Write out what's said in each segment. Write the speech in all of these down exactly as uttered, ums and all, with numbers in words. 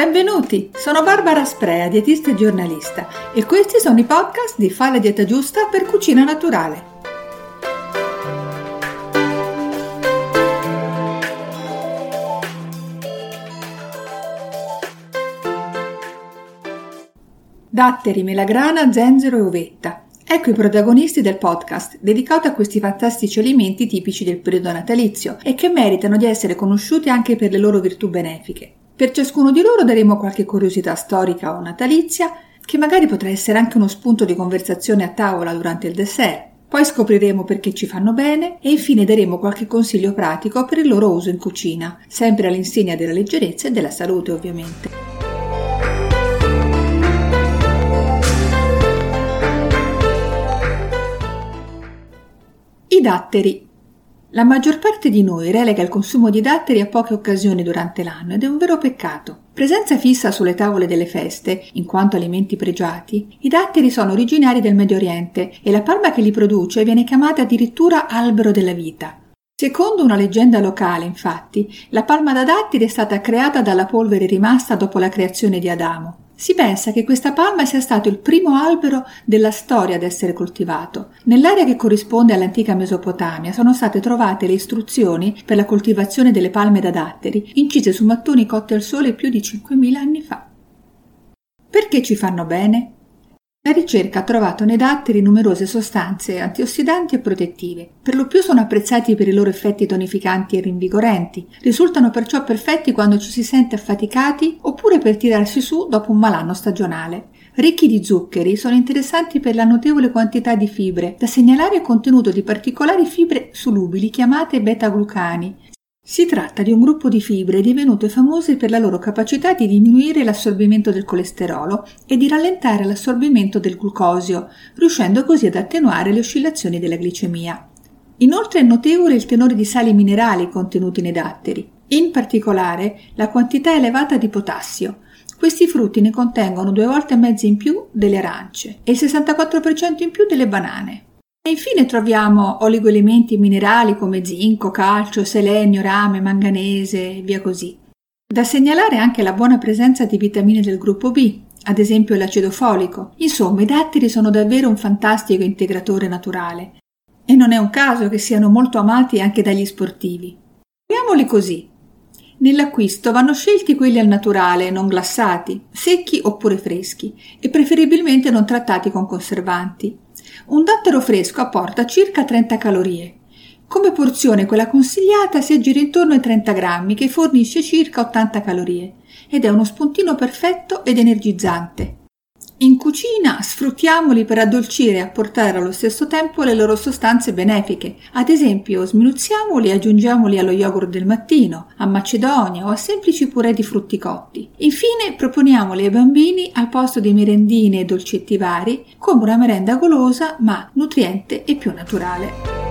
Benvenuti, sono Barbara Sprea, dietista e giornalista, e questi sono i podcast di Fai la dieta giusta per cucina naturale. Datteri, melagrana, zenzero e uvetta. Ecco i protagonisti del podcast, dedicato a questi fantastici alimenti tipici del periodo natalizio e che meritano di essere conosciuti anche per le loro virtù benefiche. Per ciascuno di loro daremo qualche curiosità storica o natalizia, che magari potrà essere anche uno spunto di conversazione a tavola durante il dessert. Poi scopriremo perché ci fanno bene e infine daremo qualche consiglio pratico per il loro uso in cucina, sempre all'insegna della leggerezza e della salute ovviamente. I datteri. La maggior parte di noi relega il consumo di datteri a poche occasioni durante l'anno ed è un vero peccato. Presenza fissa sulle tavole delle feste, in quanto alimenti pregiati, i datteri sono originari del Medio Oriente e la palma che li produce viene chiamata addirittura albero della vita. Secondo una leggenda locale, infatti, la palma da datteri è stata creata dalla polvere rimasta dopo la creazione di Adamo. Si pensa che questa palma sia stato il primo albero della storia ad essere coltivato. Nell'area che corrisponde all'antica Mesopotamia sono state trovate le istruzioni per la coltivazione delle palme da datteri, incise su mattoni cotti al sole più di cinquemila anni fa. Perché ci fanno bene? La ricerca ha trovato nei datteri numerose sostanze antiossidanti e protettive. Per lo più sono apprezzati per i loro effetti tonificanti e rinvigorenti. Risultano perciò perfetti quando ci si sente affaticati oppure per tirarsi su dopo un malanno stagionale. Ricchi di zuccheri, sono interessanti per la notevole quantità di fibre. Da segnalare il contenuto di particolari fibre solubili chiamate beta-glucani. Si tratta di un gruppo di fibre divenute famose per la loro capacità di diminuire l'assorbimento del colesterolo e di rallentare l'assorbimento del glucosio, riuscendo così ad attenuare le oscillazioni della glicemia. Inoltre è notevole il tenore di sali minerali contenuti nei datteri, in particolare la quantità elevata di potassio. Questi frutti ne contengono due volte e mezza in più delle arance e il sessantaquattro per cento in più delle banane. E infine troviamo oligoelementi minerali come zinco, calcio, selenio, rame, manganese e via così. Da segnalare anche la buona presenza di vitamine del gruppo B, ad esempio l'acido folico. Insomma, i datteri sono davvero un fantastico integratore naturale. E non è un caso che siano molto amati anche dagli sportivi. Proviamoli così. Nell'acquisto vanno scelti quelli al naturale, non glassati, secchi oppure freschi e preferibilmente non trattati con conservanti. Un dattero fresco apporta circa trenta calorie. Come porzione quella consigliata si aggira intorno ai trenta grammi, che fornisce circa ottanta calorie, ed è uno spuntino perfetto ed energizzante. In cucina sfruttiamoli per addolcire e apportare allo stesso tempo le loro sostanze benefiche. Ad esempio, sminuzziamoli e aggiungiamoli allo yogurt del mattino, a macedonia o a semplici purè di frutti cotti. Infine, proponiamoli ai bambini al posto di merendine e dolcetti vari, come una merenda golosa ma nutriente e più naturale.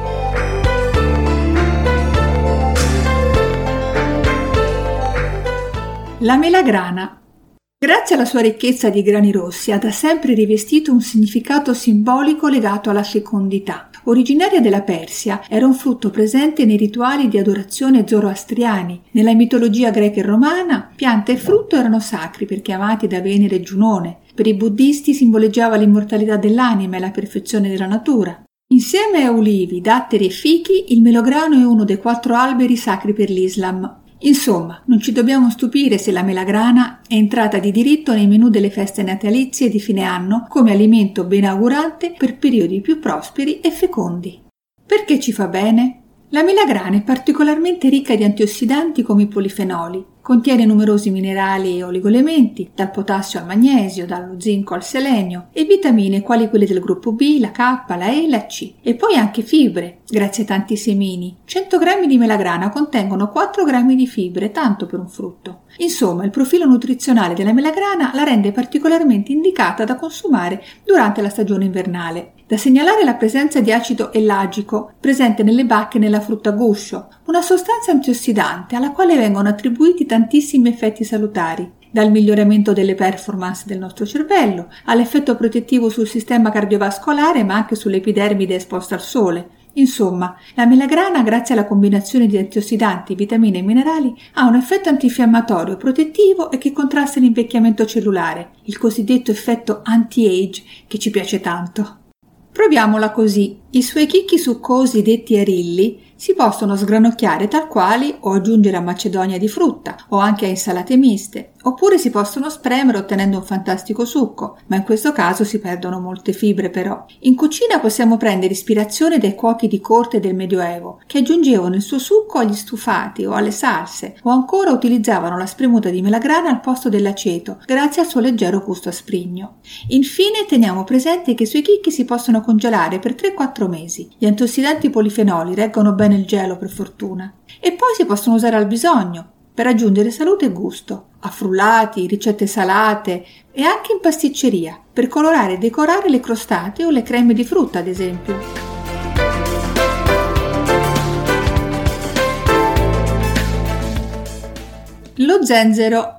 La melagrana. Grazie alla sua ricchezza di grani rossi ha da sempre rivestito un significato simbolico legato alla fecondità. Originaria della Persia, era un frutto presente nei rituali di adorazione zoroastriani. Nella mitologia greca e romana, pianta e frutto erano sacri perché amati da Venere e Giunone. Per i buddisti simboleggiava l'immortalità dell'anima e la perfezione della natura. Insieme a ulivi, datteri e fichi, il melograno è uno dei quattro alberi sacri per l'Islam. Insomma, non ci dobbiamo stupire se la melagrana è entrata di diritto nei menù delle feste natalizie di fine anno come alimento benaugurante per periodi più prosperi e fecondi. Perché ci fa bene? La melagrana è particolarmente ricca di antiossidanti come i polifenoli. Contiene numerosi minerali e oligoelementi, dal potassio al magnesio, dallo zinco al selenio, e vitamine quali quelle del gruppo B, la K, la E e la C. E poi anche fibre, grazie ai tanti semini. cento grammi di melagrana contengono quattro grammi di fibre, tanto per un frutto. Insomma, il profilo nutrizionale della melagrana la rende particolarmente indicata da consumare durante la stagione invernale. Da segnalare la presenza di acido ellagico presente nelle bacche e nella frutta guscio, una sostanza antiossidante alla quale vengono attribuiti tantissimi effetti salutari, dal miglioramento delle performance del nostro cervello all'effetto protettivo sul sistema cardiovascolare ma anche sull'epidermide esposta al sole. Insomma, la melagrana, grazie alla combinazione di antiossidanti, vitamine e minerali, ha un effetto antinfiammatorio protettivo e che contrasta l'invecchiamento cellulare, il cosiddetto effetto anti-age che ci piace tanto. Proviamola così. I suoi chicchi succosi detti arilli si possono sgranocchiare tal quali o aggiungere a macedonia di frutta o anche a insalate miste, oppure si possono spremere ottenendo un fantastico succo, ma in questo caso si perdono molte fibre però. In cucina possiamo prendere ispirazione dai cuochi di corte del Medioevo, che aggiungevano il suo succo agli stufati o alle salse, o ancora utilizzavano la spremuta di melagrana al posto dell'aceto, grazie al suo leggero gusto asprigno. Infine teniamo presente che i suoi chicchi si possono congelare per tre quattro mesi. Gli antiossidanti polifenoli reggono bene il gelo per fortuna. E poi si possono usare al bisogno, per aggiungere salute e gusto, a frullati, ricette salate e anche in pasticceria, per colorare e decorare le crostate o le creme di frutta, ad esempio. Lo zenzero.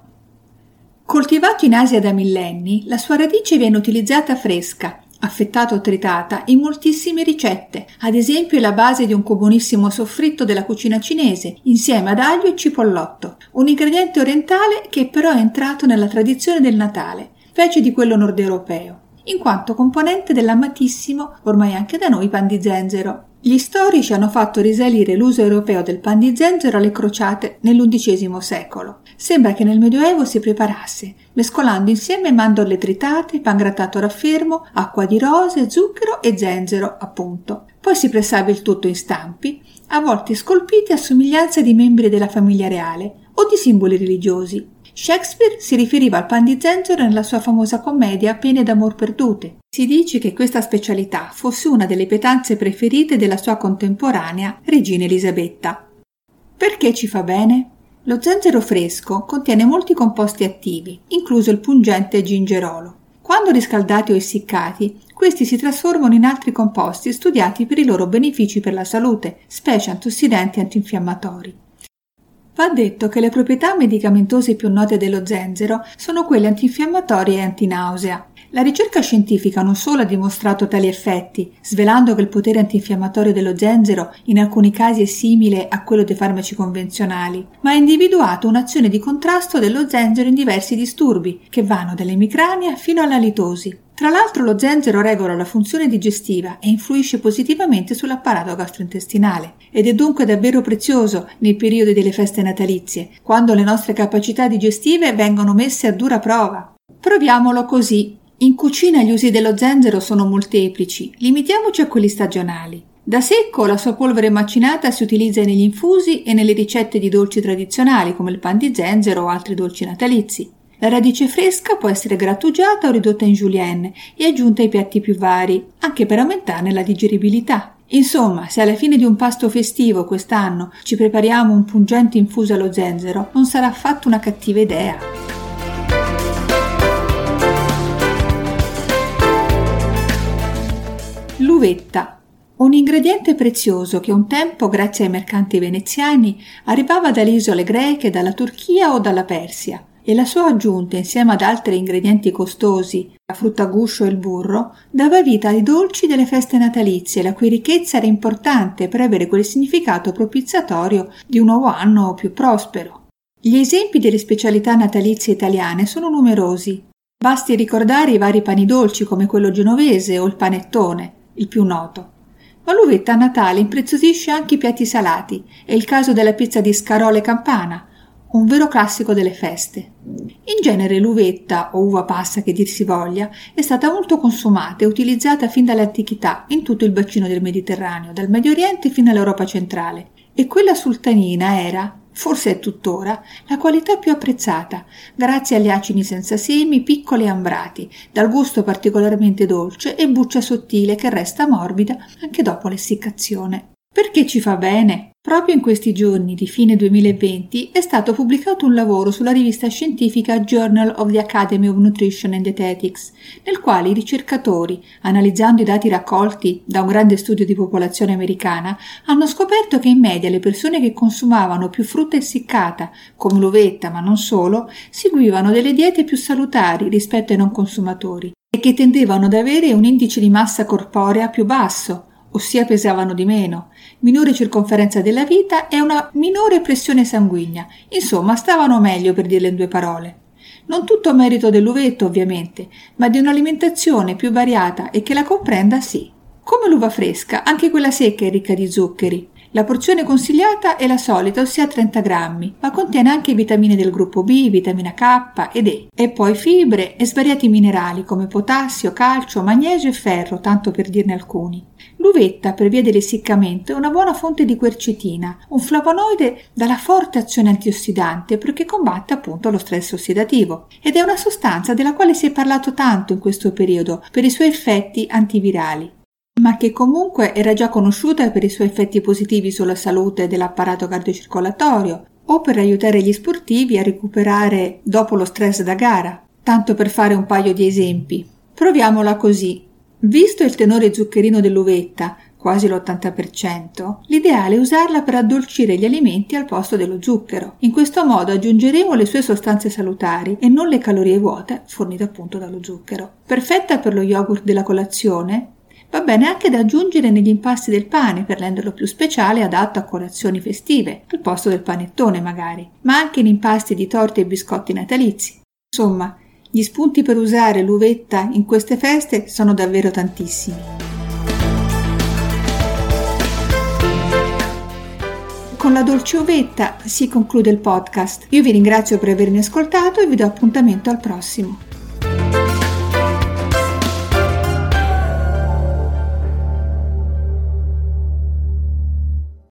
Coltivato in Asia da millenni, la sua radice viene utilizzata fresca, affettata o tritata in moltissime ricette, ad esempio è la base di un buonissimo soffritto della cucina cinese, insieme ad aglio e cipollotto, un ingrediente orientale che però è entrato nella tradizione del Natale, specie di quello nord europeo, in quanto componente dell'amatissimo, ormai anche da noi, pan di zenzero. Gli storici hanno fatto risalire l'uso europeo del pan di zenzero alle crociate nell'undicesimo secolo. Sembra che nel Medioevo si preparasse, mescolando insieme mandorle tritate, pan grattato raffermo, acqua di rose, zucchero e zenzero, appunto. Poi si pressava il tutto in stampi, a volte scolpiti a somiglianza di membri della famiglia reale o di simboli religiosi. Shakespeare si riferiva al pan di zenzero nella sua famosa commedia Pene d'amor perdute. Si dice che questa specialità fosse una delle pietanze preferite della sua contemporanea regina Elisabetta. Perché ci fa bene? Lo zenzero fresco contiene molti composti attivi, incluso il pungente gingerolo. Quando riscaldati o essiccati, questi si trasformano in altri composti studiati per i loro benefici per la salute, specie antiossidanti e antinfiammatori. Va detto che le proprietà medicamentose più note dello zenzero sono quelle antinfiammatorie e antinausea. La ricerca scientifica non solo ha dimostrato tali effetti, svelando che il potere antinfiammatorio dello zenzero in alcuni casi è simile a quello dei farmaci convenzionali, ma ha individuato un'azione di contrasto dello zenzero in diversi disturbi, che vanno dall'emicrania fino alla litosi. Tra l'altro lo zenzero regola la funzione digestiva e influisce positivamente sull'apparato gastrointestinale ed è dunque davvero prezioso nei periodi delle feste natalizie, quando le nostre capacità digestive vengono messe a dura prova. Proviamolo così. In cucina gli usi dello zenzero sono molteplici, limitiamoci a quelli stagionali. Da secco la sua polvere macinata si utilizza negli infusi e nelle ricette di dolci tradizionali come il pan di zenzero o altri dolci natalizi. La radice fresca può essere grattugiata o ridotta in julienne e aggiunta ai piatti più vari, anche per aumentarne la digeribilità. Insomma, se alla fine di un pasto festivo quest'anno ci prepariamo un pungente infuso allo zenzero, non sarà affatto una cattiva idea. L'uvetta. Un ingrediente prezioso che un tempo, grazie ai mercanti veneziani, arrivava dalle isole greche, dalla Turchia o dalla Persia, e la sua aggiunta insieme ad altri ingredienti costosi, la frutta a guscio e il burro, dava vita ai dolci delle feste natalizie, la cui ricchezza era importante per avere quel significato propiziatorio di un nuovo anno più prospero. Gli esempi delle specialità natalizie italiane sono numerosi. Basti ricordare i vari pani dolci come quello genovese o il panettone, il più noto. Ma l'uvetta a Natale impreziosisce anche i piatti salati, è il caso della pizza di scarole campana, un vero classico delle feste. In genere l'uvetta, o uva passa che dir si voglia, è stata molto consumata e utilizzata fin dall'antichità in tutto il bacino del Mediterraneo, dal Medio Oriente fino all'Europa centrale, e quella sultanina era, forse è tuttora, la qualità più apprezzata, grazie agli acini senza semi, piccoli e ambrati, dal gusto particolarmente dolce e buccia sottile che resta morbida anche dopo l'essiccazione. Perché ci fa bene? Proprio in questi giorni di fine duemilaventi è stato pubblicato un lavoro sulla rivista scientifica Journal of the Academy of Nutrition and Dietetics, nel quale i ricercatori, analizzando i dati raccolti da un grande studio di popolazione americana, hanno scoperto che in media le persone che consumavano più frutta essiccata, come l'uvetta ma non solo, seguivano delle diete più salutari rispetto ai non consumatori e che tendevano ad avere un indice di massa corporea più basso, ossia pesavano di meno, minore circonferenza della vita e una minore pressione sanguigna. Insomma, stavano meglio, per dirle in due parole. Non tutto merito dell'uvetto, ovviamente, ma di un'alimentazione più variata e che la comprenda, sì. Come l'uva fresca, anche quella secca è ricca di zuccheri. La porzione consigliata è la solita, ossia trenta grammi, ma contiene anche vitamine del gruppo B, vitamina K ed E, e poi fibre e svariati minerali come potassio, calcio, magnesio e ferro, tanto per dirne alcuni. L'uvetta, per via dell'essiccamento, è una buona fonte di quercetina, un flavonoide dalla forte azione antiossidante perché combatte appunto lo stress ossidativo, ed è una sostanza della quale si è parlato tanto in questo periodo per i suoi effetti antivirali, ma che comunque era già conosciuta per i suoi effetti positivi sulla salute dell'apparato cardiocircolatorio o per aiutare gli sportivi a recuperare dopo lo stress da gara. Tanto per fare un paio di esempi. Proviamola così. Visto il tenore zuccherino dell'uvetta, quasi l'ottanta per cento, l'ideale è usarla per addolcire gli alimenti al posto dello zucchero. In questo modo aggiungeremo le sue sostanze salutari e non le calorie vuote fornite appunto dallo zucchero. Perfetta per lo yogurt della colazione, va bene anche da aggiungere negli impasti del pane per renderlo più speciale e adatto a colazioni festive, al posto del panettone magari, ma anche in impasti di torte e biscotti natalizi. Insomma, gli spunti per usare l'uvetta in queste feste sono davvero tantissimi. Con la dolce uvetta si conclude il podcast. Io vi ringrazio per avermi ascoltato e vi do appuntamento al prossimo.